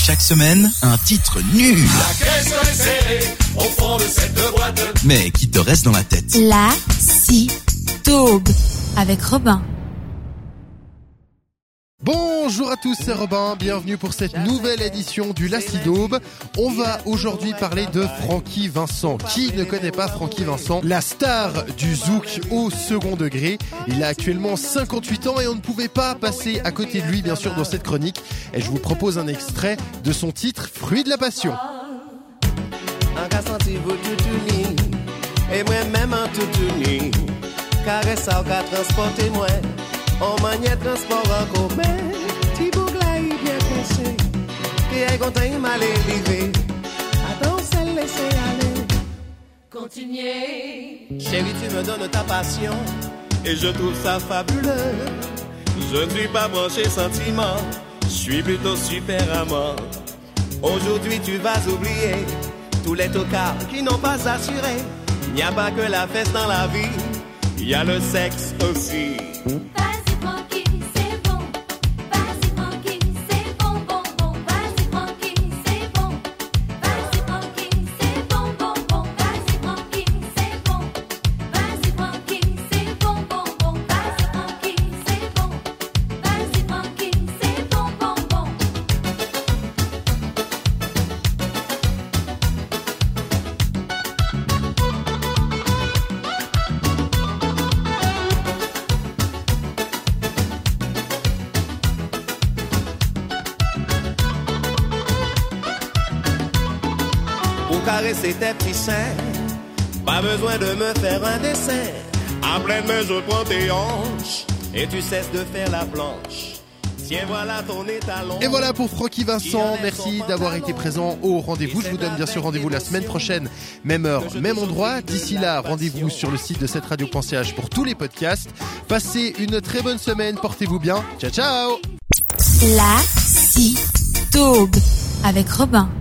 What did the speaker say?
Chaque semaine, un titre nul. La caisse est serrée au fond de cette boîte. Mais qui te reste dans la tête. La si daube avec Robin. Bonjour à tous, c'est Robin, bienvenue pour cette nouvelle édition du La Si Daube. On va aujourd'hui parler de Francky Vincent. Qui ne connaît pas Francky Vincent, la star du zouk au second degré. Il a actuellement 58 ans et on ne pouvait pas passer à côté de lui, bien sûr, dans cette chronique. Et je vous propose un extrait de son titre Fruit de la Passion. Et moi-même en tout uni, car ça va transporter moi. On maniait transport en commun, petit bougla y bien caché. Et content il m'a arrivé. Attends, ça laisser aller. Continuez. Chérie, tu me donnes ta passion, et je trouve ça fabuleux. Je ne suis pas branché sentiment, je suis plutôt super amant. Aujourd'hui, tu vas oublier tous les tocards qui n'ont pas assuré. Il n'y a pas que la fesse dans la vie, il y a le sexe aussi. Pour caresser tes petits seins, pas besoin de me faire un dessin. À pleine main je prends tes hanches et tu cesses de faire la planche. Tiens, voilà ton étalon. Et voilà pour Francky Vincent, merci d'avoir été présent au rendez-vous. Je vous donne bien sûr rendez-vous la semaine prochaine, même heure, même endroit. D'ici là, rendez-vous sur le site de cette radio.ch pour tous les podcasts. Passez une très bonne semaine, portez-vous bien. Ciao ciao. La si daube avec Robin.